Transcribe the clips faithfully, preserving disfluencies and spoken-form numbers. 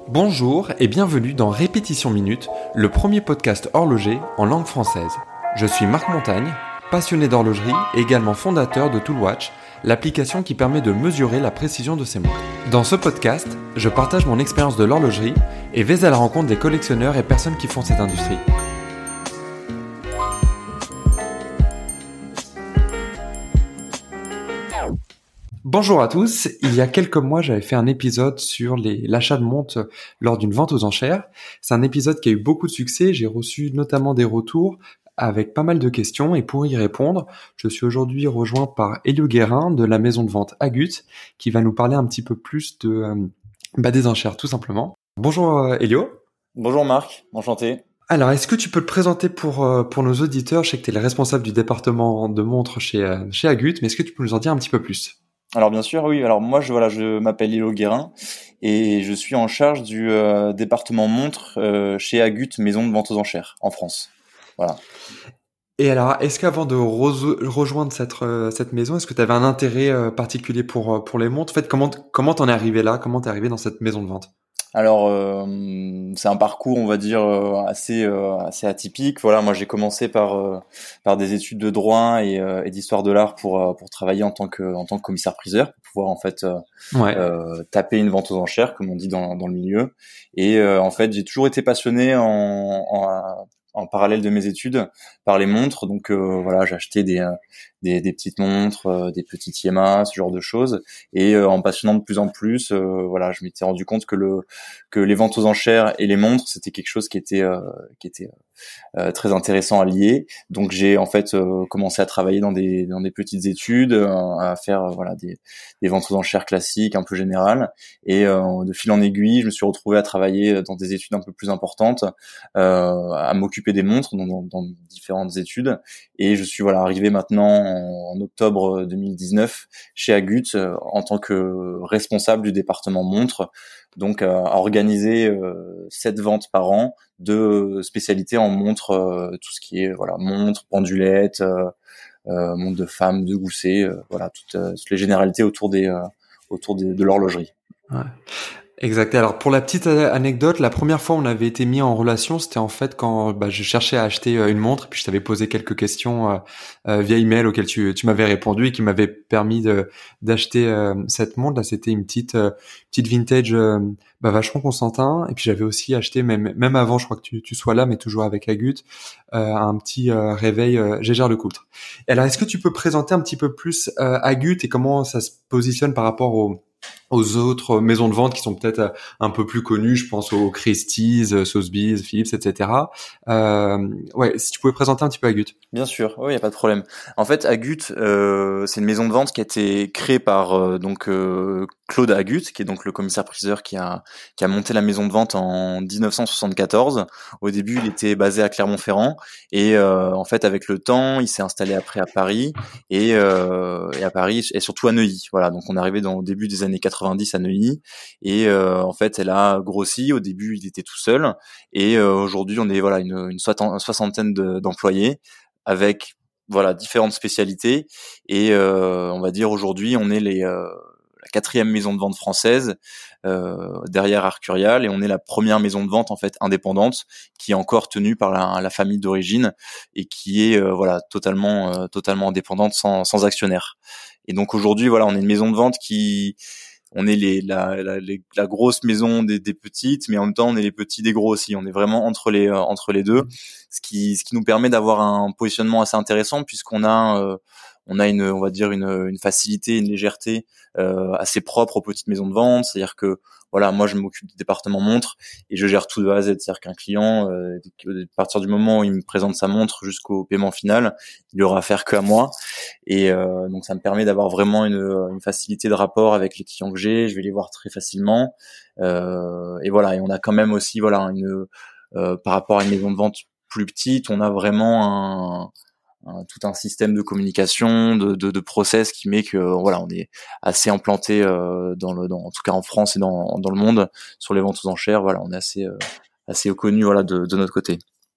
Bonjour et bienvenue dans Répétition Minute, le premier podcast horloger en langue française. Je suis Marc Montagne, passionné d'horlogerie et également fondateur de Toolwatch, l'application qui permet de mesurer la précision de ses montres. Dans ce podcast, je partage mon expérience de l'horlogerie et vais à la rencontre des collectionneurs et personnes qui font cette industrie. Bonjour à tous, il y a quelques mois j'avais fait un épisode sur les, l'achat de montres lors d'une vente aux enchères. C'est un épisode qui a eu beaucoup de succès, j'ai reçu notamment des retours avec pas mal de questions et pour y répondre, je suis aujourd'hui rejoint par Elio Guérin de la maison de vente Agut qui va nous parler un petit peu plus de, euh, bah, des enchères tout simplement. Bonjour euh, Elio. Bonjour Marc, enchanté. Alors, est-ce que tu peux te présenter pour euh, pour nos auditeurs? Je sais que tu es le responsable du département de montres chez, euh, chez Agut, mais est-ce que tu peux nous en dire un petit peu plus? Alors bien sûr, oui. Alors moi, je voilà, je m'appelle Elio Guérin et je suis en charge du euh, département montres euh, chez Agut, maison de vente aux enchères en France. Voilà. Et alors, est-ce qu'avant de re- rejoindre cette euh, cette maison, est-ce que tu avais un intérêt euh, particulier pour euh, pour les montres? En fait, comment t- comment t'en es arrivé là? Comment t'es arrivé dans cette maison de vente? Alors euh, c'est un parcours, on va dire euh, assez euh, assez atypique. Voilà, moi j'ai commencé par euh, par des études de droit et, euh, et d'histoire de l'art pour euh, pour travailler en tant que en tant que commissaire-priseur, pour pouvoir en fait euh, Ouais. euh, taper une vente aux enchères, comme on dit dans dans le milieu. Et euh, en fait, j'ai toujours été passionné en, en en parallèle de mes études par les montres. Donc euh, voilà, j'ai acheté des euh, des, des petites montres, euh, des petits Tiema, ce genre de choses. Et euh, en passionnant de plus en plus, euh, voilà, je m'étais rendu compte que le que les ventes aux enchères et les montres, c'était quelque chose qui était euh, qui était euh, très intéressant à lier. Donc j'ai en fait euh, commencé à travailler dans des dans des petites études, euh, à faire euh, voilà des des ventes aux enchères classiques, un peu générales. Et euh, de fil en aiguille, je me suis retrouvé à travailler dans des études un peu plus importantes, euh, à m'occuper des montres dans, dans, dans différentes études. Et je suis voilà arrivé maintenant en, en octobre deux mille dix-neuf chez Agut euh, en tant que responsable du département montres, donc euh, à organiser euh, sept ventes par an de spécialités en montres, euh, tout ce qui est voilà montres, pendulettes, euh, euh, montres de femmes, de gousset, euh, voilà toutes, euh, toutes les généralités autour des euh, autour des, de l'horlogerie. Ouais. Exact. Alors pour la petite anecdote, la première fois où on avait été mis en relation, c'était en fait quand bah, je cherchais à acheter euh, une montre, puis je t'avais posé quelques questions euh, euh, via email auxquelles tu, tu m'avais répondu et qui m'avaient permis de d'acheter euh, cette montre. Là, c'était une petite euh, petite vintage, euh, bah, vachement Constantin. Et puis j'avais aussi acheté même même avant, je crois que tu, tu sois là, mais toujours avec Agut, euh, un petit euh, réveil euh, Gégère-Lecoultre. Et alors, est-ce que tu peux présenter un petit peu plus euh, Agut et comment ça se positionne par rapport au aux autres maisons de vente qui sont peut-être un peu plus connues, je pense aux Christie's, Sotheby's, Philips, et cetera. Euh, ouais, si tu pouvais présenter un petit peu Agut. Bien sûr, oui, y a pas de problème. En fait, Agut, euh, c'est une maison de vente qui a été créée par euh, donc euh, Claude Agut, qui est donc le commissaire-priseur qui a qui a monté la maison de vente en dix-neuf cent soixante-quatorze. Au début, il était basé à Clermont-Ferrand et euh, en fait, avec le temps, il s'est installé après à Paris et, euh, et à Paris et surtout à Neuilly. Voilà, donc on est arrivé dans au début des années quatre-vingt-dix à Neuilly et euh, en fait, elle a grossi. Au début, il était tout seul et euh, aujourd'hui, on est voilà une, une soixantaine de, d'employés avec voilà différentes spécialités et euh, on va dire aujourd'hui on est les euh, la quatrième maison de vente française euh, derrière Arcurial et on est la première maison de vente en fait indépendante qui est encore tenue par la, la famille d'origine et qui est euh, voilà totalement euh, totalement indépendante sans, sans actionnaire. Et donc aujourd'hui voilà on est une maison de vente qui on est les, la, la, les, la grosse maison des, des petites, mais en même temps on est les petits des gros aussi. On est vraiment entre les euh, entre les deux, ce qui ce qui nous permet d'avoir un positionnement assez intéressant puisqu'on a euh, on a une on va dire une, une facilité, une légèreté euh, assez propre aux petites maisons de vente. C'est-à-dire que voilà, moi je m'occupe du département montre et je gère tout de A à Z. C'est-à-dire qu'un client, euh, à partir du moment où il me présente sa montre jusqu'au paiement final, il aura affaire que à moi. Et euh, donc ça me permet d'avoir vraiment une, une facilité de rapport avec les clients que j'ai. Je vais les voir très facilement. Euh, et voilà, et on a quand même aussi voilà une euh, par rapport à une maison de vente plus petite, on a vraiment un un, tout un système de communication, de, de, de process qui met que voilà, on est assez implanté euh, dans le, dans, en tout cas en France et dans, dans le monde sur les ventes aux enchères. Voilà, on est assez, euh, assez connu voilà de, de notre côté.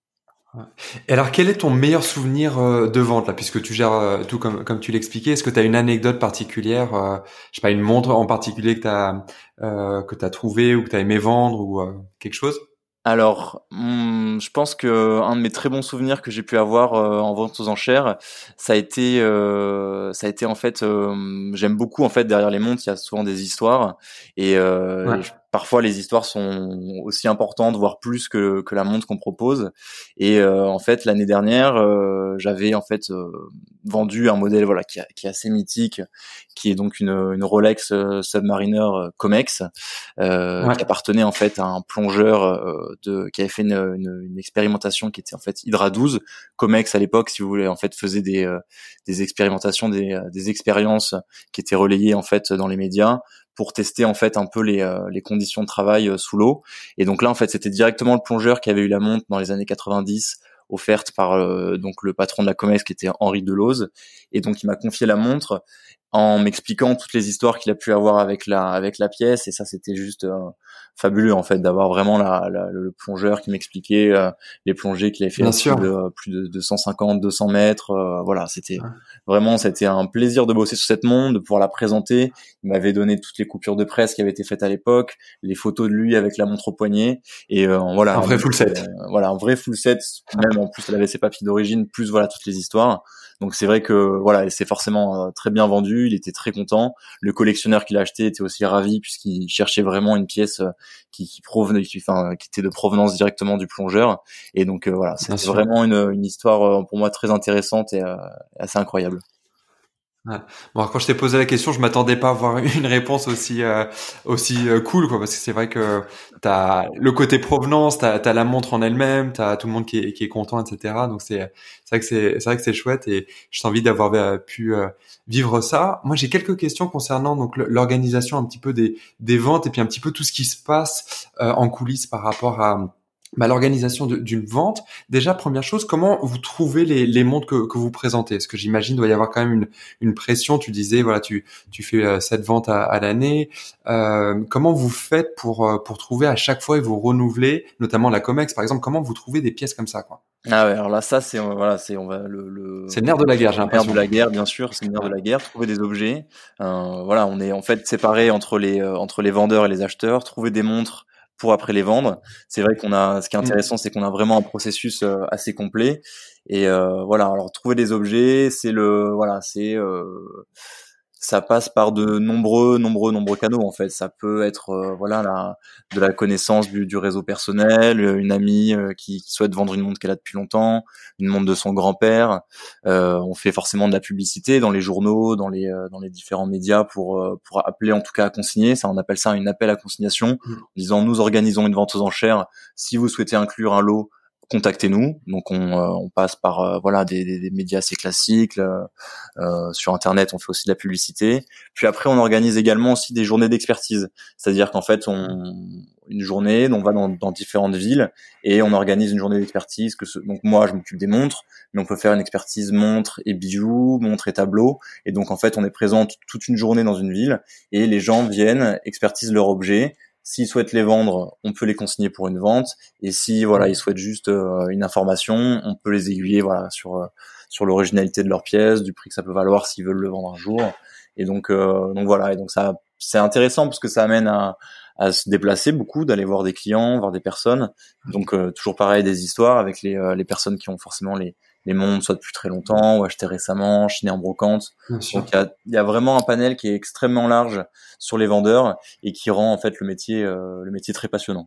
Ouais. Et alors, quel est ton meilleur souvenir euh, de vente là, puisque tu gères euh, tout comme comme tu l'expliquais? Est-ce que tu as une anecdote particulière, euh, je sais pas, une montre en particulier que t'as euh, que t'as trouvé ou que t'as aimé vendre ou euh, quelque chose? Alors, hmm, je pense que un de mes très bons souvenirs que j'ai pu avoir euh, en vente aux enchères, ça a été, euh, ça a été en fait, euh, j'aime beaucoup en fait derrière les montres, il y a souvent des histoires et, euh, et Ouais. je- parfois les histoires sont aussi importantes, voire plus que que la montre qu'on propose. Et euh, en fait, l'année dernière, euh, j'avais en fait euh, vendu un modèle voilà qui, a- qui est assez mythique, qui est donc une, une Rolex euh, Submariner euh, Comex euh, Ouais. qui appartenait en fait à un plongeur euh, de qui avait fait une, une, une expérimentation qui était en fait Hydra douze. Comex à l'époque, si vous voulez, en fait faisait des euh, des expérimentations, des euh, des expériences qui étaient relayées en fait dans les médias pour tester en fait un peu les euh, les conditions de travail euh, sous l'eau. Et donc là en fait c'était directement le plongeur qui avait eu la montre dans les années quatre-vingt-dix offerte par euh, donc le patron de la Comex qui était Henri Delose, et donc il m'a confié la montre en m'expliquant toutes les histoires qu'il a pu avoir avec la avec la pièce. Et ça c'était juste euh, fabuleux en fait d'avoir vraiment la, la- le plongeur qui m'expliquait euh, les plongées qu'il avait fait Bien à plus sûr. de plus de, de cent cinquante deux cents mètres. Euh, voilà, c'était vraiment, c'était un plaisir de bosser sur cette montre, de pouvoir la présenter. Il m'avait donné toutes les coupures de presse qui avaient été faites à l'époque, les photos de lui avec la montre au poignet, et euh, voilà, Un la vrai montre, full euh, set. voilà, un vrai full set. Même en plus elle avait ses papiers d'origine, plus voilà toutes les histoires. Donc c'est vrai que voilà, c'est forcément euh, très bien vendu. Il était très content. Le collectionneur qui l'a acheté était aussi ravi puisqu'il cherchait vraiment une pièce euh, qui, qui provenait, qui, enfin, qui était de provenance directement du plongeur. Et donc euh, voilà, Bien c'était sûr. vraiment une, une histoire euh, pour moi très intéressante et euh, assez incroyable. Ouais. Bon, alors, quand je t'ai posé la question, je m'attendais pas à avoir une réponse aussi euh, aussi euh, cool, quoi, parce que c'est vrai que t'as le côté provenance, t'as t'as la montre en elle-même, t'as tout le monde qui est qui est content, et cetera. Donc c'est c'est vrai que c'est c'est vrai que c'est chouette et je t'envie d'avoir euh, pu euh, vivre ça. Moi, j'ai quelques questions concernant donc le- l'organisation un petit peu des des ventes et puis un petit peu tout ce qui se passe euh, en coulisses par rapport à bah, l'organisation de- d'une vente. Déjà, première chose, comment vous trouvez les, les montres que, que vous présentez? Parce que j'imagine doit y avoir quand même une une pression. Tu disais, voilà, tu tu fais euh, sept ventes à, à l'année. Euh, comment vous faites pour euh, pour trouver à chaque fois et vous renouveler, notamment la Comex par exemple? Comment vous trouvez des pièces comme ça, quoi? Ah ouais, alors là, ça, c'est, euh, voilà, c'est, on va le, le, C'est le nerf de la guerre, j'ai le nerf de l'impression. la guerre, bien sûr, c'est le nerf de Ouais. la guerre, trouver des objets. Euh, voilà, on est en fait séparés entre les, euh, entre les vendeurs et les acheteurs, trouver des montres pour après les vendre. C'est vrai qu'on a, ce qui est Mm. intéressant, c'est qu'on a vraiment un processus euh, assez complet. Et euh, voilà, alors trouver des objets, c'est le, voilà, c'est, euh, ça passe par de nombreux, nombreux, nombreux canaux en fait. Ça peut être euh, voilà la, de la connaissance du, du réseau personnel, euh, une amie euh, qui, qui souhaite vendre une montre qu'elle a depuis longtemps, une montre de son grand-père. Euh, on fait forcément de la publicité dans les journaux, dans les euh, dans les différents médias pour euh, pour appeler en tout cas à consigner. Ça, on appelle ça un appel à consignation, Mm. en disant nous organisons une vente aux enchères. Si vous souhaitez inclure un lot, contactez-nous. Donc on, euh, on passe par euh, voilà des, des, des médias assez classiques. Euh, euh, sur Internet, on fait aussi de la publicité. Puis après, on organise également aussi des journées d'expertise. C'est-à-dire qu'en fait, on une journée, on va dans, dans différentes villes et on organise une journée d'expertise. Que ce, donc moi, je m'occupe des montres, mais on peut faire une expertise montres et bijoux, montres et tableaux. Et donc en fait, on est présent t- toute une journée dans une ville et les gens viennent, expertisent leurs objets. S'ils souhaitent les vendre, on peut les consigner pour une vente. Et si voilà, ils souhaitent juste euh, une information, on peut les aiguiller voilà sur euh, sur l'originalité de leur pièce, du prix que ça peut valoir s'ils veulent le vendre un jour. Et donc euh, donc voilà. Et donc ça c'est intéressant parce que ça amène à à se déplacer beaucoup, d'aller voir des clients, voir des personnes. Donc euh, toujours pareil, des histoires avec les euh, les personnes qui ont forcément les les montres soit depuis très longtemps ou acheté récemment, chiné en brocante. Bien Donc sûr. il y a, il y a vraiment un panel qui est extrêmement large sur les vendeurs et qui rend en fait le métier euh, le métier très passionnant.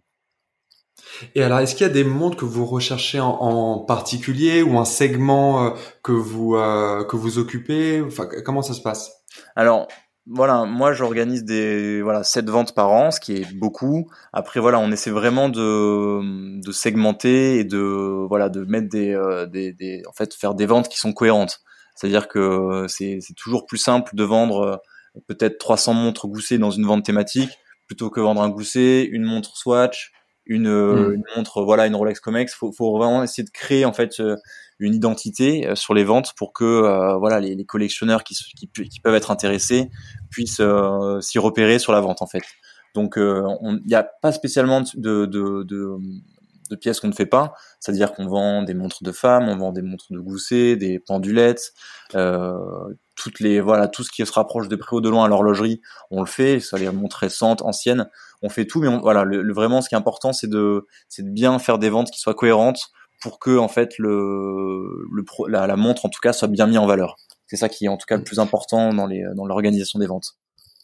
Et alors, est-ce qu'il y a des montres que vous recherchez en, en particulier ou un segment euh, que vous euh, que vous occupez? Enfin, c- comment ça se passe? Alors voilà, moi j'organise des voilà sept ventes par an, ce qui est beaucoup. Après voilà, on essaie vraiment de de segmenter et de voilà de mettre des euh, des, des en fait faire des ventes qui sont cohérentes. C'est-à-dire que c'est c'est toujours plus simple de vendre euh, peut-être trois cents montres goussées dans une vente thématique plutôt que vendre un gousset, une montre Swatch, une, euh, une Hmm. montre voilà une Rolex Comex. Faut faut vraiment essayer de créer en fait euh, une identité euh, sur les ventes pour que euh, voilà les, les collectionneurs qui, qui, qui peuvent être intéressés puissent euh, s'y repérer sur la vente en fait. Donc il euh, n'y a pas spécialement de, de, de, de de pièces qu'on ne fait pas, c'est-à-dire qu'on vend des montres de femmes, on vend des montres de gousset, des pendulettes, euh, toutes les voilà tout ce qui se rapproche de près ou de loin à l'horlogerie, on le fait, ça les montres récentes, anciennes, on fait tout, mais on, voilà, le, le, vraiment ce qui est important, c'est de c'est de bien faire des ventes qui soient cohérentes pour que en fait le, le pro, la, la montre en tout cas soit bien mise en valeur. C'est ça qui est en tout cas le plus important dans les dans l'organisation des ventes.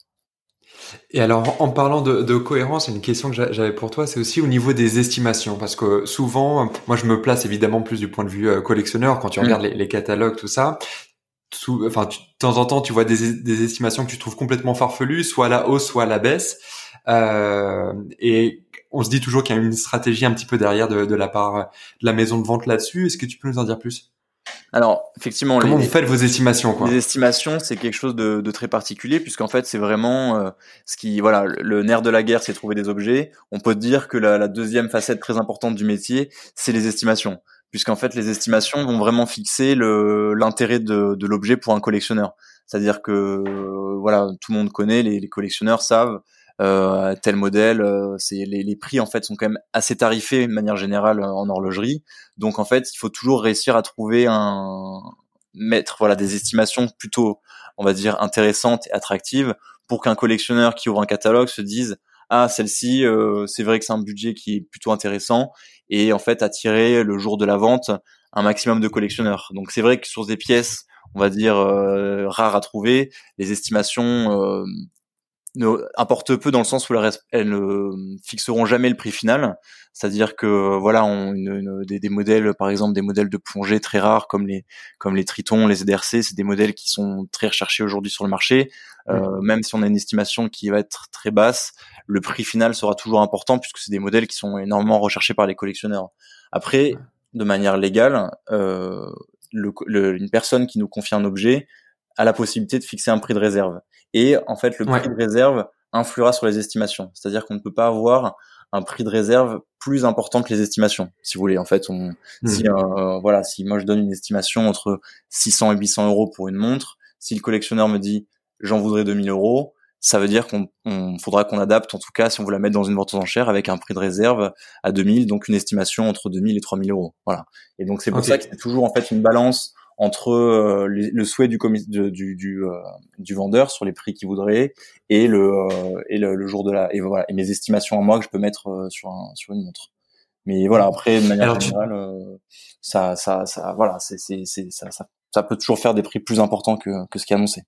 Et alors, en parlant de, de cohérence, une question que j'avais pour toi, c'est aussi au niveau des estimations, parce que souvent, moi je me place évidemment plus du point de vue euh, collectionneur, quand tu regardes mmh. les, les catalogues, tout ça, tout, enfin, tu, de temps en temps, tu vois des, des estimations que tu trouves complètement farfelues, soit à la hausse, soit à la baisse, euh, et on se dit toujours qu'il y a une stratégie un petit peu derrière de, de la part de la maison de vente là-dessus. Est-ce que tu peux nous en dire plus ? Alors, effectivement, comment les, vous faites vos estimations, quoi ? Les estimations, c'est quelque chose de, de très particulier, puisqu'en fait, c'est vraiment euh, ce qui, voilà, le, le nerf de la guerre, c'est trouver des objets. On peut dire que la, la deuxième facette très importante du métier, c'est les estimations, puisqu'en fait, les estimations vont vraiment fixer le l'intérêt de, de l'objet pour un collectionneur. C'est-à-dire que, euh, voilà, tout le monde connaît, les, les collectionneurs savent. Euh, tel modèle, euh, c'est les, les prix en fait sont quand même assez tarifés de manière générale en horlogerie. Donc en fait, il faut toujours réussir à trouver un mettre voilà des estimations plutôt, on va dire, intéressantes et attractives pour qu'un collectionneur qui ouvre un catalogue se dise ah celle-ci euh, c'est vrai que c'est un budget qui est plutôt intéressant et en fait attirer le jour de la vente un maximum de collectionneurs. Donc c'est vrai que sur des pièces, on va dire euh, rares à trouver, les estimations euh, ne importe peu dans le sens où elles ne fixeront jamais le prix final, c'est-à-dire que voilà, on, une, une, des, des modèles, par exemple des modèles de plongée très rares comme les comme les Triton, les Z R C, c'est des modèles qui sont très recherchés aujourd'hui sur le marché. Mmh. Euh, même si on a une estimation qui va être très basse, le prix final sera toujours important puisque c'est des modèles qui sont énormément recherchés par les collectionneurs. Après, de manière légale, euh, le, le, une personne qui nous confie un objet a la possibilité de fixer un prix de réserve. Et en fait, le prix ouais. de réserve influera sur les estimations. C'est-à-dire qu'on ne peut pas avoir un prix de réserve plus important que les estimations. Si vous voulez, en fait, on, mmh. si euh, voilà, si moi je donne une estimation entre six cents et huit cents euros pour une montre, si le collectionneur me dit j'en voudrais deux mille euros, ça veut dire qu'on on, faudra qu'on adapte, en tout cas, si on veut la mettre dans une vente aux enchères avec un prix de réserve à deux mille, donc une estimation entre deux mille et trois mille euros. Voilà. Et donc c'est pour okay. ça que c'est toujours en fait une balance entre euh, le, le souhait du, commis, du, du, du, euh, du vendeur sur les prix qu'il voudrait et le euh, et le, le jour de la et voilà et mes estimations à moi que je peux mettre euh, sur un sur une montre. Mais voilà, après de manière Alors, générale, tu... euh, ça ça ça voilà, c'est c'est c'est ça, ça ça peut toujours faire des prix plus importants que que ce qui est annoncé.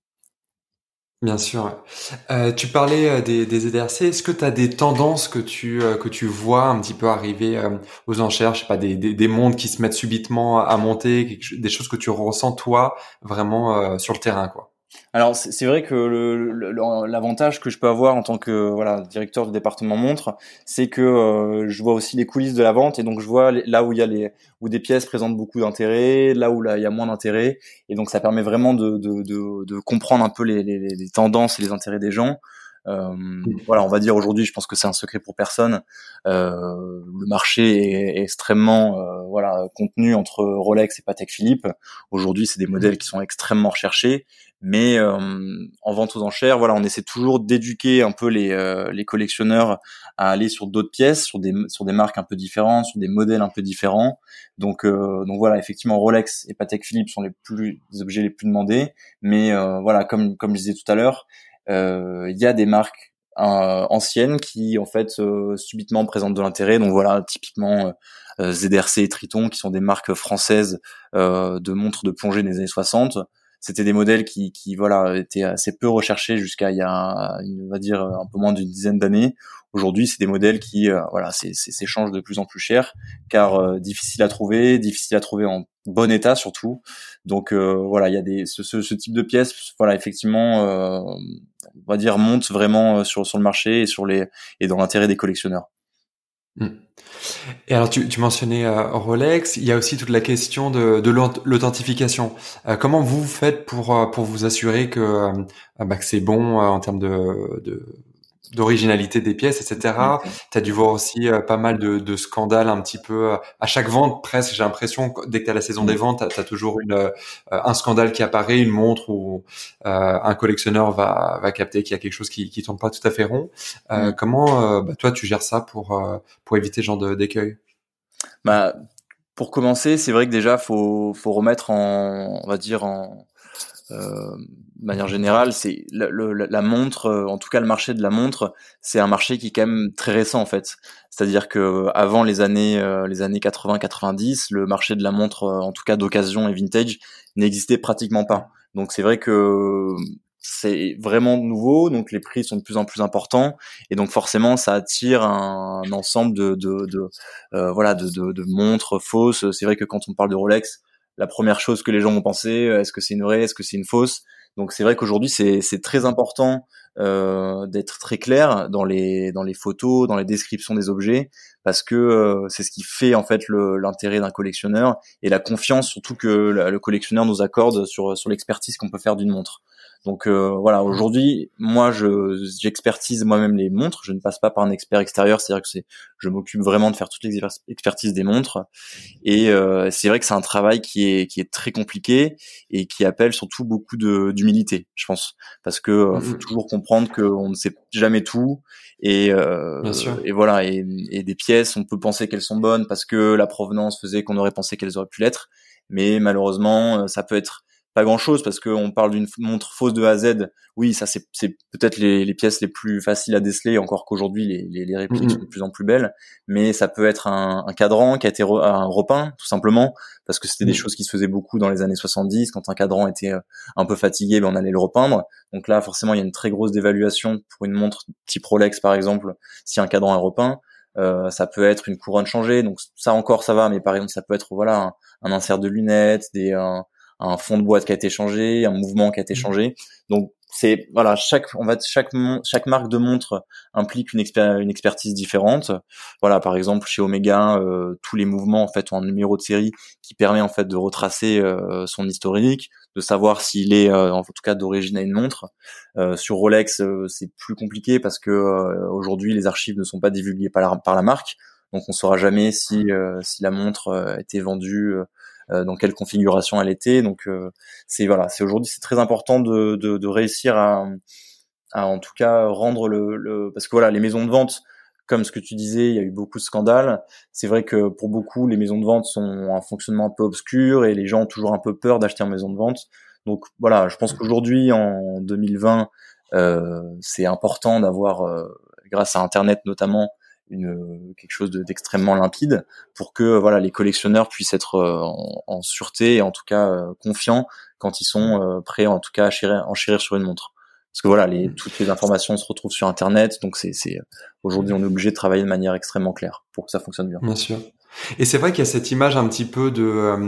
Bien sûr. Euh, tu parlais des, des Z R C. Est-ce que tu as des tendances que tu euh, que tu vois un petit peu arriver euh, aux enchères, je sais pas, des, des des montres qui se mettent subitement à monter, quelque, des choses que tu ressens toi vraiment euh, sur le terrain, quoi? Alors c'est, c'est vrai que le, le, l'avantage que je peux avoir en tant que voilà directeur du département montre, c'est que euh, je vois aussi les coulisses de la vente et donc je vois les, là où il y a les où des pièces présentent beaucoup d'intérêt, là où là il y a moins d'intérêt et donc ça permet vraiment de de de, de comprendre un peu les, les les tendances et les intérêts des gens. Euh, voilà, on va dire aujourd'hui, je pense que c'est un secret pour personne. Euh, le marché est, est extrêmement euh, voilà contenu entre Rolex et Patek Philippe. Aujourd'hui, c'est des modèles qui sont extrêmement recherchés, mais euh, en vente aux enchères, voilà, on essaie toujours d'éduquer un peu les euh, les collectionneurs à aller sur d'autres pièces, sur des sur des marques un peu différentes, sur des modèles un peu différents. Donc euh, donc voilà, effectivement, Rolex et Patek Philippe sont les plus les objets les plus demandés, mais euh, voilà, comme comme je disais tout à l'heure. Il euh, y a des marques euh, anciennes qui en fait euh, subitement présentent de l'intérêt. Donc voilà, typiquement euh, Z R C et Triton, qui sont des marques françaises euh, de montres de plongée des années soixante. C'était des modèles qui, qui voilà étaient assez peu recherchés jusqu'à il y a, on va dire, un peu moins d'une dizaine d'années. Aujourd'hui, c'est des modèles qui, euh, voilà, c'est, c'est, s'échangent de plus en plus cher, car euh, difficile à trouver, difficile à trouver en bon état surtout. Donc euh, voilà, il y a des ce, ce, ce type de pièces, voilà, effectivement, euh, on va dire monte vraiment sur sur le marché et sur les et dans l'intérêt des collectionneurs. Mmh. Et alors tu, tu mentionnais euh, Rolex, il y a aussi toute la question de, de l'authentification. Euh, comment vous faites pour pour vous assurer que euh, bah, que c'est bon euh, en termes de, de d'originalité des pièces, et cetera. Mmh. Tu as dû voir aussi euh, pas mal de, de scandales un petit peu euh, à chaque vente presque. J'ai l'impression que dès que t'as la saison mmh. des ventes, t'as, t'as toujours une euh, un scandale qui apparaît, une montre où euh, un collectionneur va va capter qu'il y a quelque chose qui qui tourne pas tout à fait rond. Euh, mmh. Comment euh, bah, toi tu gères ça pour euh, pour éviter ce genre de, d'écueil? Bah, pour commencer, c'est vrai que déjà faut faut remettre en, on va dire en euh, de manière générale, c'est la, le, la montre, euh, en tout cas le marché de la montre, c'est un marché qui est quand même très récent en fait. C'est-à-dire que avant les années euh, les années quatre-vingts quatre-vingt-dix, le marché de la montre, euh, en tout cas d'occasion et vintage, n'existait pratiquement pas. Donc c'est vrai que c'est vraiment nouveau, donc les prix sont de plus en plus importants et donc forcément ça attire un, un ensemble de, de, de euh, voilà de, de, de montres fausses. C'est vrai que quand on parle de Rolex, la première chose que les gens vont penser, est-ce que c'est une vraie, est-ce que c'est une fausse? Donc c'est vrai qu'aujourd'hui c'est c'est très important euh, d'être très clair dans les dans les photos, dans les descriptions des objets, parce que euh, c'est ce qui fait en fait le, l'intérêt d'un collectionneur et la confiance surtout que le, le collectionneur nous accorde sur sur l'expertise qu'on peut faire d'une montre. Donc euh, voilà, aujourd'hui, moi je j'expertise moi-même les montres, je ne passe pas par un expert extérieur, c'est-à-dire que c'est je m'occupe vraiment de faire toutes les expertises des montres. Et euh, c'est vrai que c'est un travail qui est qui est très compliqué et qui appelle surtout beaucoup de d'humilité, je pense, parce que euh, faut toujours comprendre qu'on ne sait jamais tout et euh, et voilà et, et des pièces, on peut penser qu'elles sont bonnes parce que la provenance faisait qu'on aurait pensé qu'elles auraient pu l'être, mais malheureusement ça peut être pas grand chose parce qu'on parle d'une montre fausse de A à Z. Oui, ça c'est, c'est peut-être les, les pièces les plus faciles à déceler, encore qu'aujourd'hui les, les, les répliques mmh. sont de plus en plus belles. Mais ça peut être un, un cadran qui a été re, un repeint, tout simplement, parce que c'était mmh. des choses qui se faisaient beaucoup dans les années soixante-dix. Quand un cadran était un peu fatigué, ben on allait le repeindre. Donc là, forcément, il y a une très grosse dévaluation pour une montre type Rolex, par exemple, si un cadran est repeint. Euh, ça peut être une couronne changée, donc ça encore ça va. Mais par exemple, ça peut être voilà un, un insert de lunettes, des un, un fond de boîte qui a été changé, un mouvement qui a été changé. Donc c'est voilà chaque on va chaque chaque marque de montre implique une expé- une expertise différente. Voilà, par exemple chez Omega, euh, tous les mouvements en fait ont un numéro de série qui permet en fait de retracer euh, son historique, de savoir s'il est euh, en tout cas d'origine à une montre. Euh, sur Rolex, euh, c'est plus compliqué parce que euh, aujourd'hui les archives ne sont pas divulguées par la, par la marque. Donc on saura jamais si euh, si la montre euh, a été vendue euh, Euh, dans quelle configuration elle était. Donc euh, c'est voilà, c'est aujourd'hui c'est très important de, de, de réussir à, à en tout cas rendre le, le parce que voilà les maisons de vente, comme ce que tu disais, il y a eu beaucoup de scandales. C'est vrai que pour beaucoup les maisons de vente sont un fonctionnement un peu obscur et les gens ont toujours un peu peur d'acheter en maison de vente. Donc voilà, je pense qu'aujourd'hui en deux mille vingt euh, c'est important d'avoir euh, grâce à Internet notamment une quelque chose de, d'extrêmement limpide pour que voilà les collectionneurs puissent être euh, en, en sûreté et en tout cas euh, confiants quand ils sont euh, prêts en tout cas à chérir, enchérir sur une montre parce que voilà les toutes les informations se retrouvent sur internet donc c'est c'est aujourd'hui on est obligé de travailler de manière extrêmement claire pour que ça fonctionne bien. Bien sûr. Et c'est vrai qu'il y a cette image un petit peu de euh,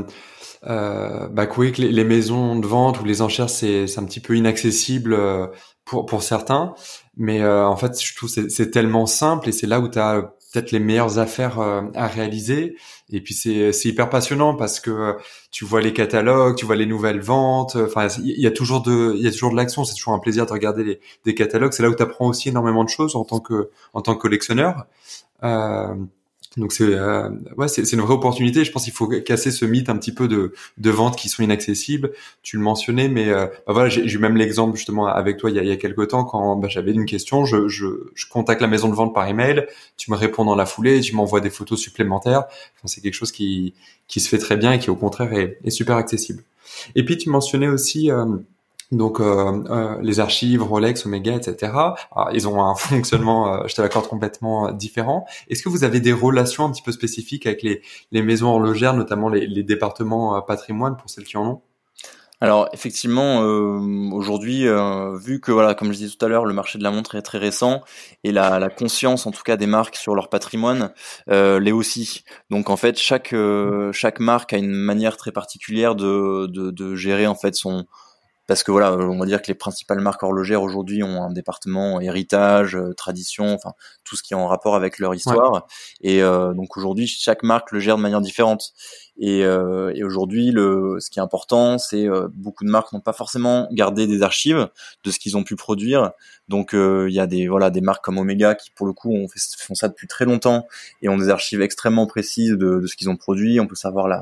euh, bah oui, que les, les maisons de vente ou les enchères c'est c'est un petit peu inaccessible euh, pour pour certains, mais euh, en fait je trouve c'est c'est tellement simple et c'est là où tu as peut-être les meilleures affaires euh, à réaliser et puis c'est c'est hyper passionnant parce que euh, tu vois les catalogues, tu vois les nouvelles ventes, enfin il y a toujours de il y a toujours de l'action, c'est toujours un plaisir de regarder les des catalogues, c'est là où tu apprends aussi énormément de choses en tant que en tant que collectionneur. Euh, Donc c'est euh, ouais c'est c'est une vraie opportunité. Je pense qu'il faut casser ce mythe un petit peu de de ventes qui sont inaccessibles. Tu le mentionnais, mais euh, bah voilà j'ai, j'ai eu même l'exemple justement avec toi il y a il y a quelque temps quand bah, j'avais une question, je je je contacte la maison de vente par email, tu me réponds dans la foulée, tu m'envoies des photos supplémentaires. Enfin, c'est quelque chose qui qui se fait très bien et qui au contraire est, est super accessible. Et puis tu mentionnais aussi euh, donc euh, euh, les archives Rolex, Omega, et cetera. Alors, ils ont un fonctionnement, euh, je te l'accorde, complètement euh, différent. Est-ce que vous avez des relations un petit peu spécifiques avec les, les maisons horlogères, notamment les, les départements euh, patrimoine pour celles qui en ont? Alors effectivement, euh, aujourd'hui, euh, vu que voilà, comme je disais tout à l'heure, le marché de la montre est très récent et la, la conscience, en tout cas, des marques sur leur patrimoine euh, l'est aussi. Donc en fait, chaque euh, chaque marque a une manière très particulière de de, de gérer en fait son parce que voilà, on va dire que les principales marques horlogères aujourd'hui ont un département héritage, euh, tradition, enfin tout ce qui est en rapport avec leur histoire. Ouais. Et euh, donc aujourd'hui, chaque marque le gère de manière différente. Et, euh, et aujourd'hui, le, ce qui est important, c'est euh, beaucoup de marques n'ont pas forcément gardé des archives de ce qu'ils ont pu produire. Donc il euh, y a des voilà des marques comme Omega qui pour le coup ont fait, font ça depuis très longtemps et ont des archives extrêmement précises de, de ce qu'ils ont produit. On peut savoir la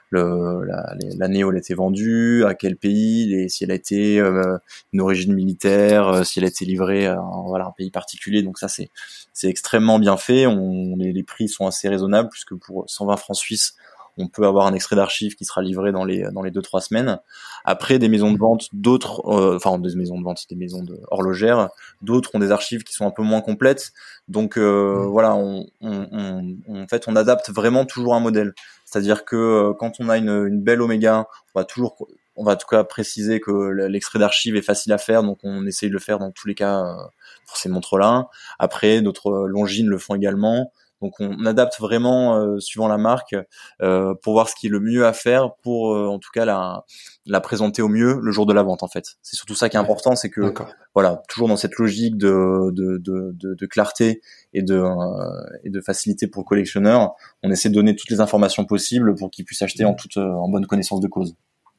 le, la, l'année où elle a été vendue, à quel pays, et si elle a été euh, une origine militaire, euh, si elle a été livrée à un, voilà, un pays particulier. Donc ça, c'est, c'est extrêmement bien fait. On, les, les prix sont assez raisonnables puisque pour cent vingt francs suisses, on peut avoir un extrait d'archives qui sera livré dans les dans les deux trois semaines. Après, des maisons de vente, d'autres, euh, enfin des maisons de vente, des maisons de horlogères, d'autres ont des archives qui sont un peu moins complètes. Donc euh, voilà, on, on, on, on, en fait, on adapte vraiment toujours un modèle. C'est-à-dire que euh, quand on a une, une belle Oméga, on va toujours, on va en tout cas préciser que l'extrait d'archive est facile à faire, donc on essaye de le faire dans tous les cas euh, pour ces montres-là. Après, d'autres Longines le font également. Donc on adapte vraiment euh, suivant la marque euh, pour voir ce qui est le mieux à faire pour euh, en tout cas la la présenter au mieux le jour de la vente en fait. C'est surtout ça qui est important, c'est que D'accord. voilà, toujours dans cette logique de de de de, de clarté et de euh, et de facilité pour le collectionneur, on essaie de donner toutes les informations possibles pour qu'il puisse acheter en toute euh, en bonne connaissance de cause.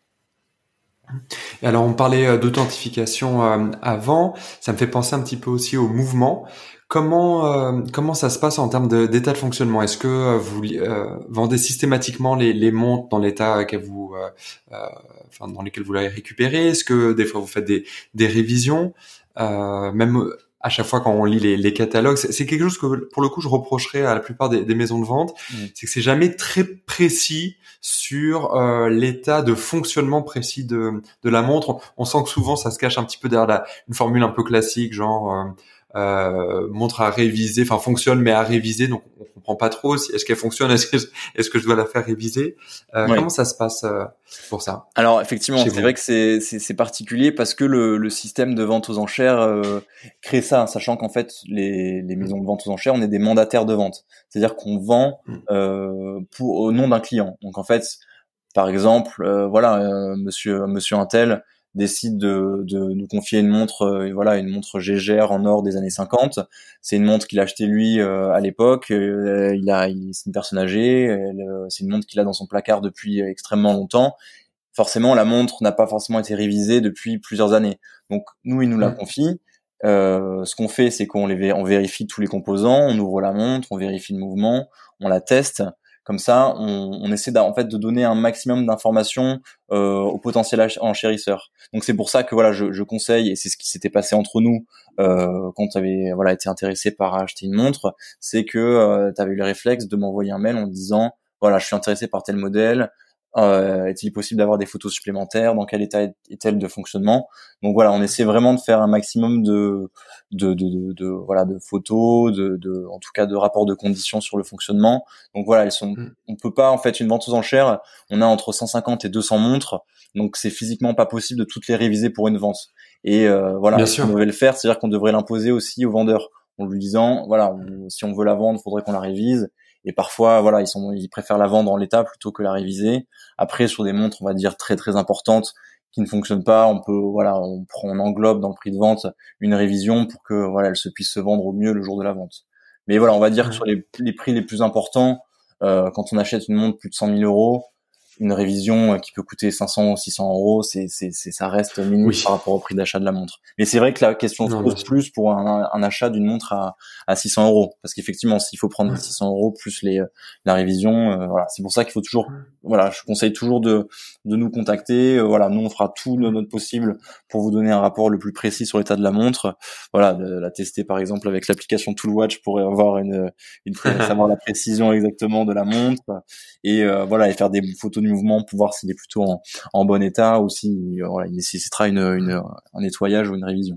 Et alors on parlait d'authentification euh, avant, ça me fait penser un petit peu aussi au mouvement. Comment euh, comment ça se passe en termes de, d'état de fonctionnement? Est-ce que euh, vous euh, vendez systématiquement les, les montres dans l'état que vous, euh, euh, enfin dans lesquels vous l'avez récupéré? Est-ce que des fois vous faites des des révisions? Euh, même à chaque fois quand on lit les, les catalogues, c'est, c'est quelque chose que pour le coup je reprocherais à la plupart des, des maisons de vente, mmh. c'est que c'est jamais très précis sur euh, l'état de fonctionnement précis de de la montre. On, on sent que souvent ça se cache un petit peu derrière la, une formule un peu classique, genre euh, euh, montre à réviser, enfin fonctionne mais à réviser, donc on comprend pas trop si est-ce qu'elle fonctionne, est-ce que est-ce que je dois la faire réviser. Euh, oui. Comment ça se passe euh, pour ça? Alors effectivement, c'est vous. vrai que c'est, c'est c'est particulier parce que le le système de vente aux enchères euh, crée ça, sachant qu'en fait les les maisons de vente aux enchères, on est des mandataires de vente, c'est-à-dire qu'on vend euh, pour au nom d'un client. Donc en fait, par exemple, euh, voilà, euh, monsieur monsieur Intel décide de, de nous confier une montre, euh, voilà, une montre G G R en or des années cinquante. C'est une montre qu'il a achetée lui euh, à l'époque. Euh, il a, il, c'est une personne âgée. Elle, euh, c'est une montre qu'il a dans son placard depuis extrêmement longtemps. Forcément, la montre n'a pas forcément été révisée depuis plusieurs années. Donc nous, il nous la confie. Euh, ce qu'on fait, c'est qu'on les, on vérifie tous les composants, on ouvre la montre, on vérifie le mouvement, on la teste. Comme ça, on, on essaie en fait de donner un maximum d'informations euh, au potentiel enchérisseur. Donc c'est pour ça que voilà, je, je conseille, et c'est ce qui s'était passé entre nous euh, quand tu avais voilà été intéressé par acheter une montre, c'est que euh, tu avais eu le réflexe de m'envoyer un mail en disant voilà, je suis intéressé par tel modèle. Euh, est-il possible d'avoir des photos supplémentaires? Dans quel état est-elle de fonctionnement? Donc voilà, on essaie vraiment de faire un maximum de de de, de, de voilà de photos, de, de en tout cas de rapports de conditions sur le fonctionnement. Donc voilà, elles sont. On peut pas en fait une vente aux enchères. On a entre cent cinquante et deux cents montres, donc c'est physiquement pas possible de toutes les réviser pour une vente. Et euh, voilà, si on devait le faire, c'est-à-dire qu'on devrait l'imposer aussi au vendeur en lui disant voilà, on, si on veut la vendre, il faudrait qu'on la révise. Et parfois, voilà, ils sont, ils préfèrent la vendre en l'état plutôt que la réviser. Après, sur des montres, on va dire très très importantes qui ne fonctionnent pas, on peut, voilà, on prend, on englobe dans le prix de vente une révision pour que, voilà, elle se puisse se vendre au mieux le jour de la vente. Mais voilà, on va dire que sur les, les prix les plus importants, euh, quand on achète une montre plus de cent mille euros, une révision qui peut coûter cinq cents ou six cents euros, c'est, c'est, c'est, ça reste minime oui. par rapport au prix d'achat de la montre. Mais c'est vrai que la question se pose plus pour un, un achat d'une montre à, à six cents euros. Parce qu'effectivement, s'il faut prendre les six cents euros plus les, la révision, euh, voilà. C'est pour ça qu'il faut toujours, voilà, je conseille toujours de, de nous contacter. Euh, voilà, nous, on fera tout le notre possible pour vous donner un rapport le plus précis sur l'état de la montre. Voilà, de la tester par exemple avec l'application Toolwatch pour avoir une, une, savoir la précision exactement de la montre. Et, euh, voilà, et faire des photos de mouvement pour voir s'il est plutôt en, en bon état ou si voilà, il nécessitera une, une, un nettoyage ou une révision.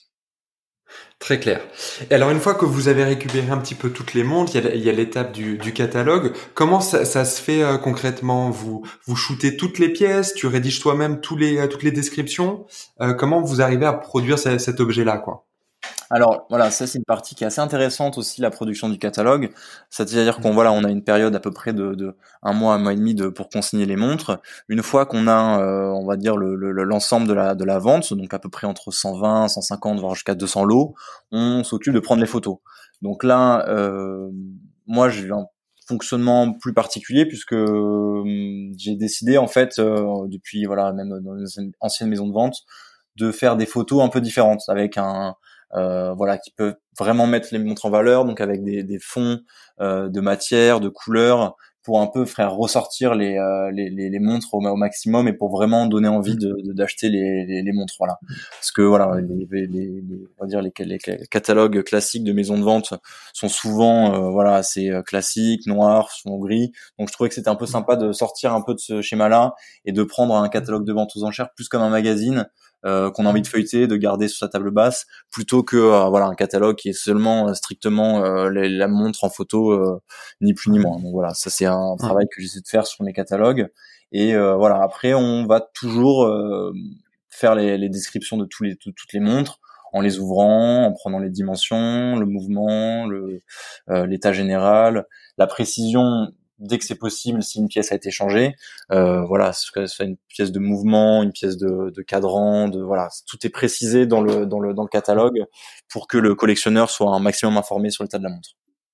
Très clair. Et alors une fois que vous avez récupéré un petit peu toutes les montres, il y a, il y a l'étape du, du catalogue. Comment ça, ça se fait euh, concrètement? Vous vous shootez toutes les pièces, tu rédiges toi-même tous les toutes les descriptions. Euh, comment vous arrivez à produire ce, cet objet-là, quoi? Alors voilà, ça c'est une partie qui est assez intéressante aussi, la production du catalogue. C'est-à-dire qu'on voilà, on a une période à peu près de, de un mois, un mois et demi de pour consigner les montres. Une fois qu'on a, euh, on va dire le, le, l'ensemble de la de la vente, donc à peu près entre cent vingt, cent cinquante, voire jusqu'à deux cents lots, on s'occupe de prendre les photos. Donc là, euh, moi j'ai un fonctionnement plus particulier puisque euh, j'ai décidé en fait euh, depuis voilà même dans une ancienne maison de vente de faire des photos un peu différentes avec un Euh, voilà, qui peuvent vraiment mettre les montres en valeur, donc avec des, des fonds euh, de matière, de couleurs, pour un peu faire ressortir les euh, les, les, les montres au, au maximum et pour vraiment donner envie de, de d'acheter les, les les montres, voilà. Parce que voilà, les, les, les on va dire les, les catalogues classiques de maisons de vente sont souvent euh, voilà assez classiques, noirs, souvent gris. Donc je trouvais que c'était un peu sympa de sortir un peu de ce schéma-là et de prendre un catalogue de vente aux enchères plus comme un magazine euh, qu'on a envie de feuilleter, de garder sur sa table basse, plutôt que euh, voilà un catalogue qui est seulement euh, strictement euh, la, la montre en photo, euh, ni plus ni moins. Donc voilà, ça c'est un travail que j'essaie de faire sur mes catalogues. Et euh, voilà, après on va toujours euh, faire les, les descriptions de tous les tout, toutes les montres en les ouvrant, en prenant les dimensions, le mouvement, le euh, l'état général, la précision dès que c'est possible si une pièce a été changée. Euh, voilà, ce soit une pièce de mouvement, une pièce de, de cadran, de voilà, tout est précisé dans le dans le dans le catalogue pour que le collectionneur soit un maximum informé sur l'état de la montre.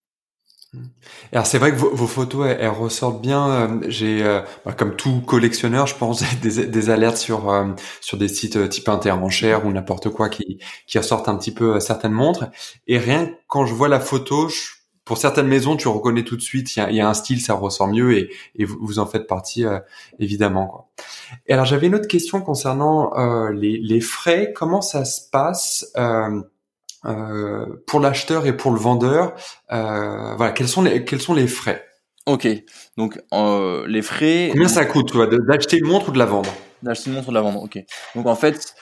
Alors c'est vrai que vos, vos photos elles, elles ressortent bien. J'ai euh, bah, comme tout collectionneur, je pense des, des alertes sur euh, sur des sites euh, type Inter-Enchères ou n'importe quoi qui qui ressortent un petit peu euh, certaines montres. Et rien que quand je vois la photo, je, pour certaines maisons, tu reconnais tout de suite. Il y a, il y a un style, ça ressort mieux et, et vous, vous en faites partie euh, évidemment, quoi. Et alors j'avais une autre question concernant euh, les les frais. Comment ça se passe? Euh, Euh, pour l'acheteur et pour le vendeur, euh, voilà, quels sont les quels sont les frais? Ok, donc euh, les frais. Combien ça coûte, toi, de, d'acheter une montre ou de la vendre? D'acheter une montre ou de la vendre. Ok. Donc en fait,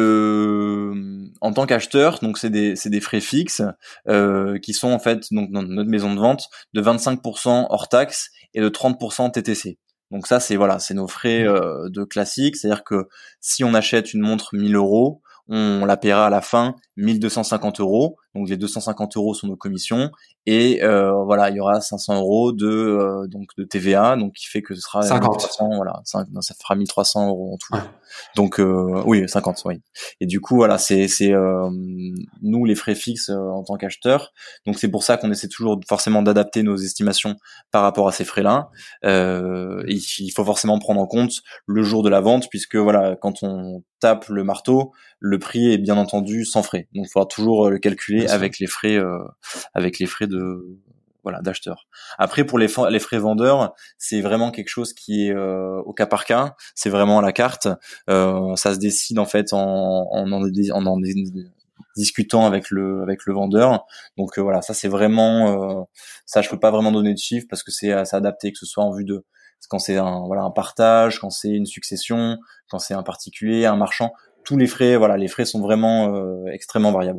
le en tant qu'acheteur, donc c'est des c'est des frais fixes euh, qui sont en fait donc dans notre maison de vente de vingt-cinq pour cent hors taxe et de trente pour cent T T C. Donc ça c'est voilà, c'est nos frais euh, de classique, c'est-à-dire que si on achète une montre mille euros, on la paiera à la fin mille deux cent cinquante euros. Donc les deux cent cinquante euros sont nos commissions et euh, voilà, il y aura cinq cents euros de euh, donc de T V A, donc qui fait que ce sera cinquante. mille trois cents, voilà, ça, ça fera mille trois cents euros en tout. Ouais. Donc euh, oui, cinquante, oui. Et du coup voilà, c'est c'est euh, nous les frais fixes euh, en tant qu'acheteur. Donc c'est pour ça qu'on essaie toujours forcément d'adapter nos estimations par rapport à ces frais-là. Euh, et il faut forcément prendre en compte le jour de la vente, puisque voilà, quand on tape le marteau, le prix est bien entendu sans frais. Donc il faudra toujours le calculer avec les frais euh, avec les frais de voilà d'acheteur. Après pour les les frais vendeurs, c'est vraiment quelque chose qui est euh, au cas par cas, c'est vraiment à la carte. Euh, ça se décide en fait en en, en, en, en discutant avec le avec le vendeur. Donc euh, voilà, ça c'est vraiment euh, ça je peux pas vraiment donner de chiffres parce que c'est c'est adapté, que ce soit en vue de quand c'est un voilà un partage, quand c'est une succession, quand c'est un particulier, un marchand, tous les frais voilà, les frais sont vraiment euh, extrêmement variables.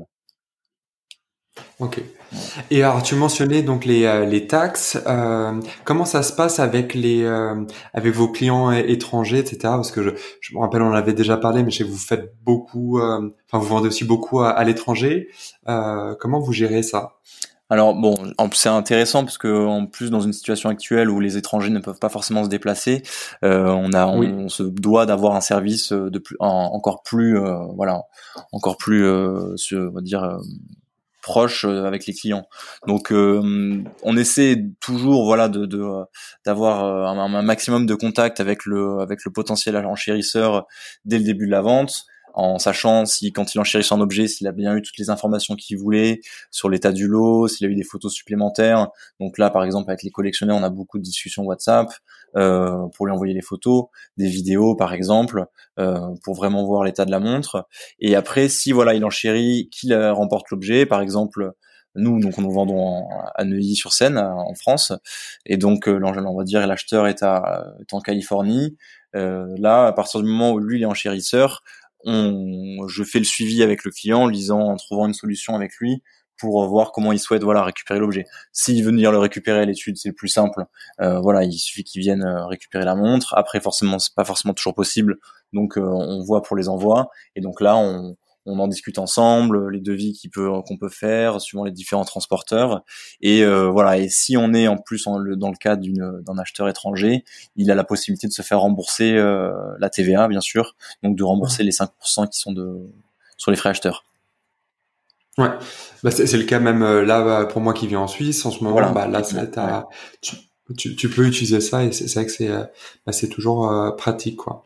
Ok. Et alors tu mentionnais donc les euh, les taxes. Euh, comment ça se passe avec les euh, avec vos clients étrangers, et cetera. Parce que je, je me rappelle, on en avait déjà parlé, mais je sais que vous faites beaucoup. Euh, enfin, vous vendez aussi beaucoup à, à l'étranger. Euh, comment vous gérez ça? Alors bon, c'est intéressant parce que en plus dans une situation actuelle où les étrangers ne peuvent pas forcément se déplacer, euh, on a on, oui. on se doit d'avoir un service de plus en, encore plus euh, voilà encore plus euh, on va dire euh, proche avec les clients. Donc euh, on essaie toujours voilà de, de d'avoir un, un maximum de contact avec le avec le potentiel enchérisseur dès le début de la vente, en sachant si quand il enchérisse un objet, s'il a bien eu toutes les informations qu'il voulait sur l'état du lot, s'il a eu des photos supplémentaires. Donc là, par exemple, avec les collectionneurs, on a beaucoup de discussions WhatsApp euh, pour lui envoyer les photos, des vidéos, par exemple, euh, pour vraiment voir l'état de la montre. Et après, si voilà, il enchérit, qu'il remporte l'objet, par exemple, nous, donc, nous vendons en, à Neuilly-sur-Seine, en France, et donc, euh, on va dire, l'acheteur est, à, est en Californie. Euh, là, à partir du moment où lui, il est enchérisseur, on, je fais le suivi avec le client en lisant, en trouvant une solution avec lui pour voir comment il souhaite voilà récupérer l'objet. S'il veut venir le récupérer à l'étude, c'est le plus simple. Euh, voilà, il suffit qu'il vienne récupérer la montre. Après, forcément, c'est pas forcément toujours possible, donc euh, on voit pour les envois. Et donc là, on on en discute ensemble, les devis qu'il peut, qu'on peut faire, suivant les différents transporteurs. Et euh, voilà. Et si on est en plus en, le, dans le cas d'une, d'un acheteur étranger, il a la possibilité de se faire rembourser euh, la T V A, bien sûr, donc de rembourser les cinq pour cent qui sont de sur les frais acheteurs. Ouais, bah c'est, c'est le cas même euh, là pour moi qui vis en Suisse en ce moment. Voilà. Bah là, ça, t'as, ouais. tu, tu, tu peux utiliser ça et c'est, c'est vrai que c'est, bah, c'est toujours euh, pratique, quoi.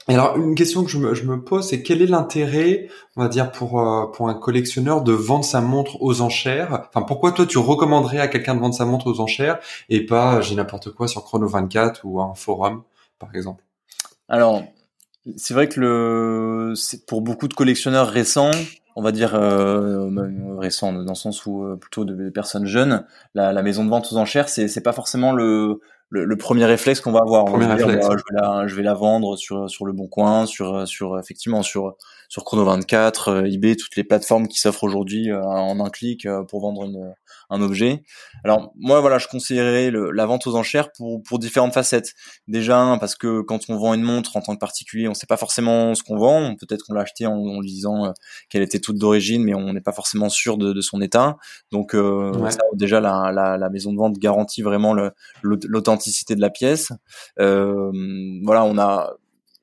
Et alors, une question que je me, je me pose, c'est quel est l'intérêt, on va dire, pour, euh, pour un collectionneur de vendre sa montre aux enchères? Enfin, pourquoi toi, tu recommanderais à quelqu'un de vendre sa montre aux enchères et pas, j'ai n'importe quoi, sur Chrono vingt-quatre ou un forum, par exemple? Alors, c'est vrai que le, c'est pour beaucoup de collectionneurs récents, on va dire euh, même récents dans le sens où euh, plutôt de, de personnes jeunes, la, la maison de vente aux enchères, c'est c'est pas forcément le le, le premier réflexe qu'on va avoir. On va Premier se dire, réflexe. bah, je vais la je vais la vendre sur sur le Bon Coin, sur sur effectivement sur sur Chrono vingt-quatre, euh, eBay, toutes les plateformes qui s'offrent aujourd'hui euh, en un clic euh, pour vendre une un objet. Alors moi voilà, je conseillerais le, la vente aux enchères pour pour différentes facettes. Déjà parce que quand on vend une montre en tant que particulier, on sait pas forcément ce qu'on vend. Peut-être qu'on l'a acheté en, en lui disant euh, qu'elle était toute d'origine, mais on n'est pas forcément sûr de, de son état. Donc euh, Ouais. ça, déjà la, la, la maison de vente garantit vraiment le, l'authenticité de la pièce. Euh, voilà, on a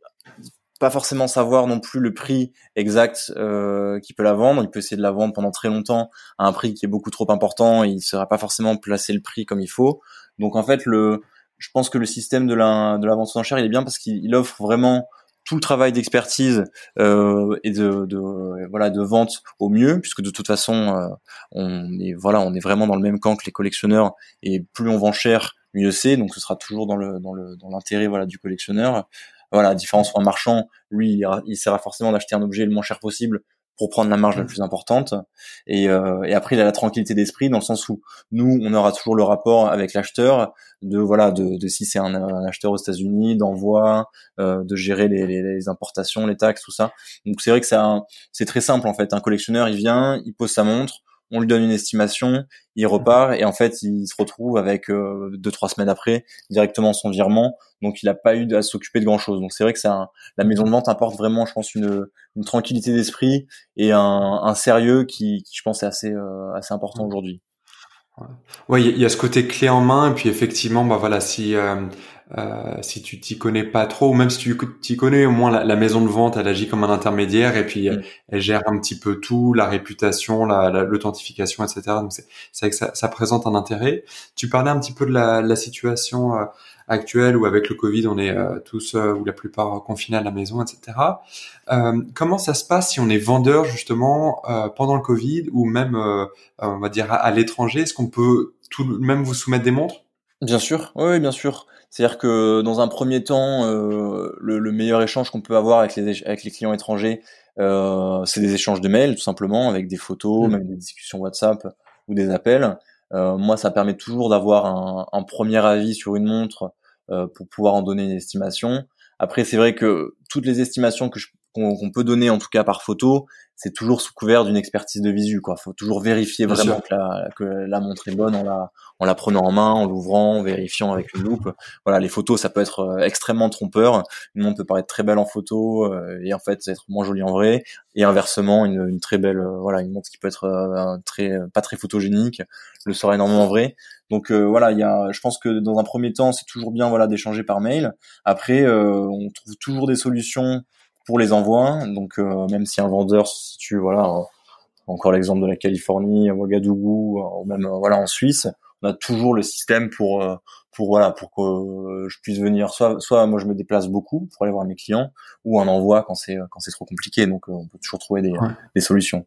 pas forcément savoir non plus le prix exact euh, qu'il peut la vendre. Il peut essayer de la vendre pendant très longtemps à un prix qui est beaucoup trop important et il ne saura pas forcément placer le prix comme il faut. Donc en fait, le, je pense que le système de la, de la vente aux enchères, il est bien parce qu'il offre vraiment tout le travail d'expertise euh, et de, de voilà de vente au mieux, puisque de toute façon, euh, on est voilà, on est vraiment dans le même camp que les collectionneurs et plus on vend cher, mieux c'est. Donc ce sera toujours dans le dans le dans l'intérêt voilà du collectionneur. Voilà, à différence d'un marchand, lui, il, ira, il essaiera forcément d'acheter un objet le moins cher possible pour prendre la marge la plus importante. Et, euh, et après, il a la tranquillité d'esprit dans le sens où nous, on aura toujours le rapport avec l'acheteur de voilà, de, de si c'est un, un acheteur aux États-Unis, d'envoi, euh, de gérer les, les, les importations, les taxes, tout ça. Donc c'est vrai que c'est un, c'est très simple en fait. Un collectionneur, il vient, il pose sa montre, on lui donne une estimation, il repart et en fait, il se retrouve avec euh, deux trois semaines après directement son virement. Donc il a pas eu à s'occuper de grand chose. Donc c'est vrai que c'est un, la maison de vente apporte vraiment, je pense, une, une tranquillité d'esprit et un, un sérieux qui, qui, je pense, est assez, euh, assez important aujourd'hui. Ouais, il y, y a ce côté clé en main, et puis effectivement, bah voilà, si euh, euh, si tu t'y connais pas trop, ou même si tu t'y connais, au moins la, la maison de vente, elle agit comme un intermédiaire, et puis Mm. elle gère un petit peu tout, la réputation, la, la- l'authentification, et cetera. Donc c'est c'est vrai que ça, ça présente un intérêt. Tu parlais un petit peu de la, la situation euh, actuelle où avec le Covid, on est euh, tous euh, ou la plupart euh, confinés à la maison, et cetera. Euh, comment ça se passe si on est vendeur justement euh, pendant le Covid ou même euh, on va dire à, à l'étranger? Est-ce qu'on peut tout de même vous soumettre des montres? Bien sûr, oui, oui, bien sûr. C'est-à-dire que dans un premier temps, euh, le, le meilleur échange qu'on peut avoir avec les, éch- avec les clients étrangers, euh, c'est des échanges de mails, tout simplement, avec des photos, Hmm. même des discussions WhatsApp ou des appels. Euh, moi, ça permet toujours d'avoir un, un premier avis sur une montre euh, pour pouvoir en donner une estimation. Après, c'est vrai que toutes les estimations que je- qu'on qu'on peut donner, en tout cas par photo, c'est toujours sous couvert d'une expertise de visu, quoi. Faut toujours vérifier Bien vraiment sûr. que la, que la montre est bonne en la en la prenant en main, en l'ouvrant, en vérifiant avec une loupe. Voilà, les photos, ça peut être euh, extrêmement trompeur. Une montre peut paraître très belle en photo euh, et en fait être moins jolie en vrai. Et inversement, une, une très belle, euh, voilà, une montre qui peut être euh, très pas très photogénique, le sera énormément en vrai. Donc euh, voilà, il y a, je pense que dans un premier temps, c'est toujours bien, voilà, d'échanger par mail. Après, euh, on trouve toujours des solutions pour les envois. Donc euh, même si un vendeur se situe, voilà, encore l'exemple de la Californie, à Ouagadougou, ou même euh, voilà en Suisse, on a toujours le système pour euh, pour voilà pour que euh, je puisse venir. Soit soit moi je me déplace beaucoup pour aller voir mes clients, ou un envoi quand c'est quand c'est trop compliqué. Donc euh, on peut toujours trouver des Ouais. des solutions.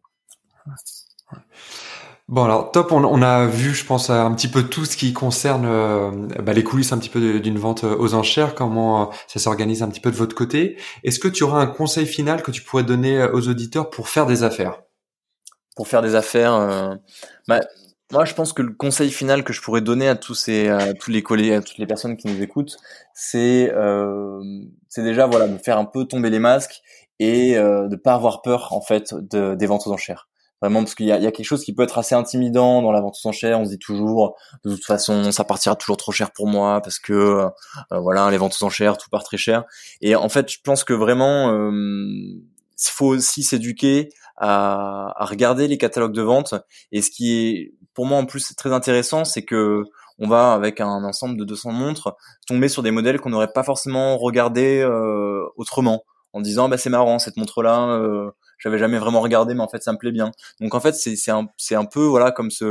Bon alors top, on, on a vu, je pense, un petit peu tout ce qui concerne euh, bah, les coulisses un petit peu de- d'une vente euh, aux enchères, comment euh, ça s'organise un petit peu de votre côté. Est-ce que tu auras un conseil final que tu pourrais donner euh, aux auditeurs pour faire des affaires? Pour faire des affaires, euh, bah, moi je pense que le conseil final que je pourrais donner à tous ces à tous les collègues, à toutes les personnes qui nous écoutent, c'est euh, c'est déjà voilà de faire un peu tomber les masques et euh, de pas avoir peur en fait de, des ventes aux enchères. Vraiment parce qu'il y a, il y a quelque chose qui peut être assez intimidant dans la vente aux enchères. On se dit toujours de toute façon ça partira toujours trop cher pour moi parce que euh, voilà les ventes aux enchères tout part très cher. Et en fait je pense que vraiment euh, faut aussi s'éduquer à, à regarder les catalogues de vente. Et ce qui est pour moi en plus très intéressant, c'est que on va avec un ensemble de deux cents montres tomber sur des modèles qu'on n'aurait pas forcément regardé euh, autrement, en disant bah c'est marrant cette montre-là, euh, j'avais jamais vraiment regardé, mais en fait ça me plaît bien. Donc en fait c'est c'est un c'est un peu voilà comme ce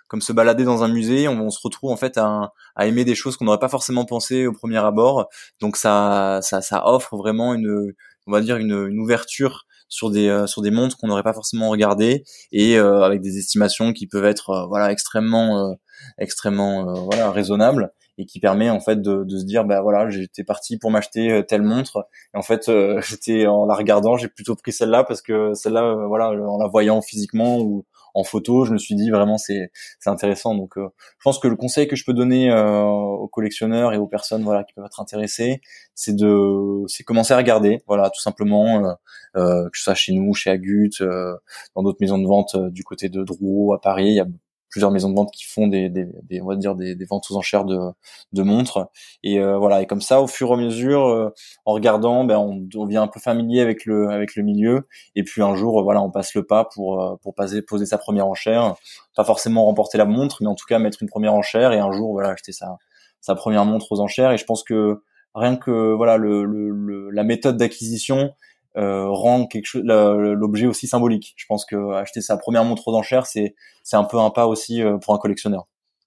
comme se balader dans un musée, on, on se retrouve en fait à, à aimer des choses qu'on n'aurait pas forcément pensé au premier abord. Donc ça, ça, ça offre vraiment une, on va dire une, une ouverture sur des euh, sur des montres qu'on n'aurait pas forcément regardées et euh, avec des estimations qui peuvent être euh, voilà extrêmement euh, extrêmement euh, voilà raisonnables et qui permet en fait de, de se dire bah voilà j'étais parti pour m'acheter telle montre et en fait euh, j'étais en la regardant j'ai plutôt pris celle-là parce que celle-là euh, voilà en la voyant physiquement ou en photo je me suis dit vraiment c'est c'est intéressant. Donc euh, je pense que le conseil que je peux donner euh, aux collectionneurs et aux personnes voilà qui peuvent être intéressées c'est de c'est commencer à regarder voilà tout simplement euh, euh, que ce soit chez nous chez Agut euh, dans d'autres maisons de vente euh, du côté de Drouot à Paris il y a plusieurs maisons de vente qui font des, des, des on va dire des, des ventes aux enchères de, de montres et euh, voilà et comme ça au fur et à mesure euh, en regardant ben on devient un peu familier avec le avec le milieu et puis un jour voilà on passe le pas pour pour passer poser sa première enchère, pas forcément remporter la montre mais en tout cas mettre une première enchère et un jour voilà acheter sa sa première montre aux enchères. Et je pense que rien que voilà le, le, le la méthode d'acquisition Euh, rend quelque chose l'objet aussi symbolique. Je pense que acheter sa première montre aux enchères c'est c'est un peu un pas aussi euh, pour un collectionneur.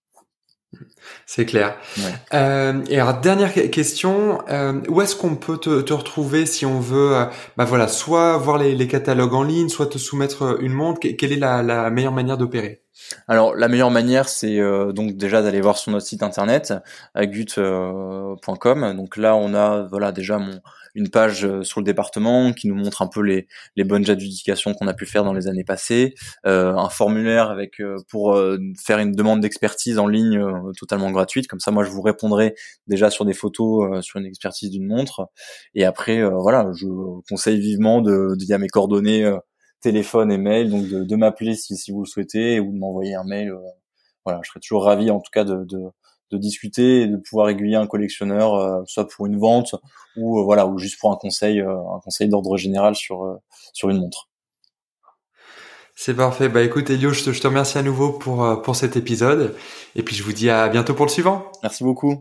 C'est clair. Ouais. Euh, et alors dernière question, euh, où est-ce qu'on peut te, te retrouver si on veut, euh, bah voilà, soit voir les, les catalogues en ligne, soit te soumettre une montre. Quelle est la, la meilleure manière d'opérer? Alors la meilleure manière c'est euh, donc déjà d'aller voir sur notre site internet agut point com. Donc là on a voilà déjà mon une page sur le département qui nous montre un peu les les bonnes adjudications qu'on a pu faire dans les années passées, euh, un formulaire avec euh, pour euh, faire une demande d'expertise en ligne euh, totalement gratuite. Comme ça moi je vous répondrai déjà sur des photos euh, sur une expertise d'une montre. Et après euh, voilà je conseille vivement de il y a mes coordonnées euh, téléphone et mail, donc de, de m'appeler si, si vous le souhaitez ou de m'envoyer un mail. Euh, voilà, je serais toujours ravi en tout cas de, de, de discuter et de pouvoir aiguiller un collectionneur, euh, soit pour une vente ou euh, voilà ou juste pour un conseil, euh, un conseil d'ordre général sur euh, sur une montre. C'est parfait. Bah écoute Elio, je te, je te remercie à nouveau pour pour cet épisode et puis je vous dis à bientôt pour le suivant. Merci beaucoup.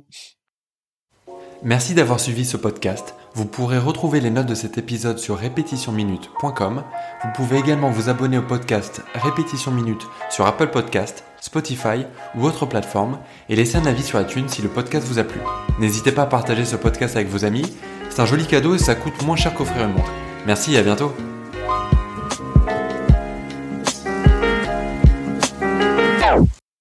Merci d'avoir suivi ce podcast. Vous pourrez retrouver les notes de cet épisode sur répétition minute point com. Vous pouvez également vous abonner au podcast Répétition Minute sur Apple Podcast, Spotify ou autre plateforme et laisser un avis sur iTunes si le podcast vous a plu. N'hésitez pas à partager ce podcast avec vos amis. C'est un joli cadeau et ça coûte moins cher qu'offrir une montre. Merci et à bientôt.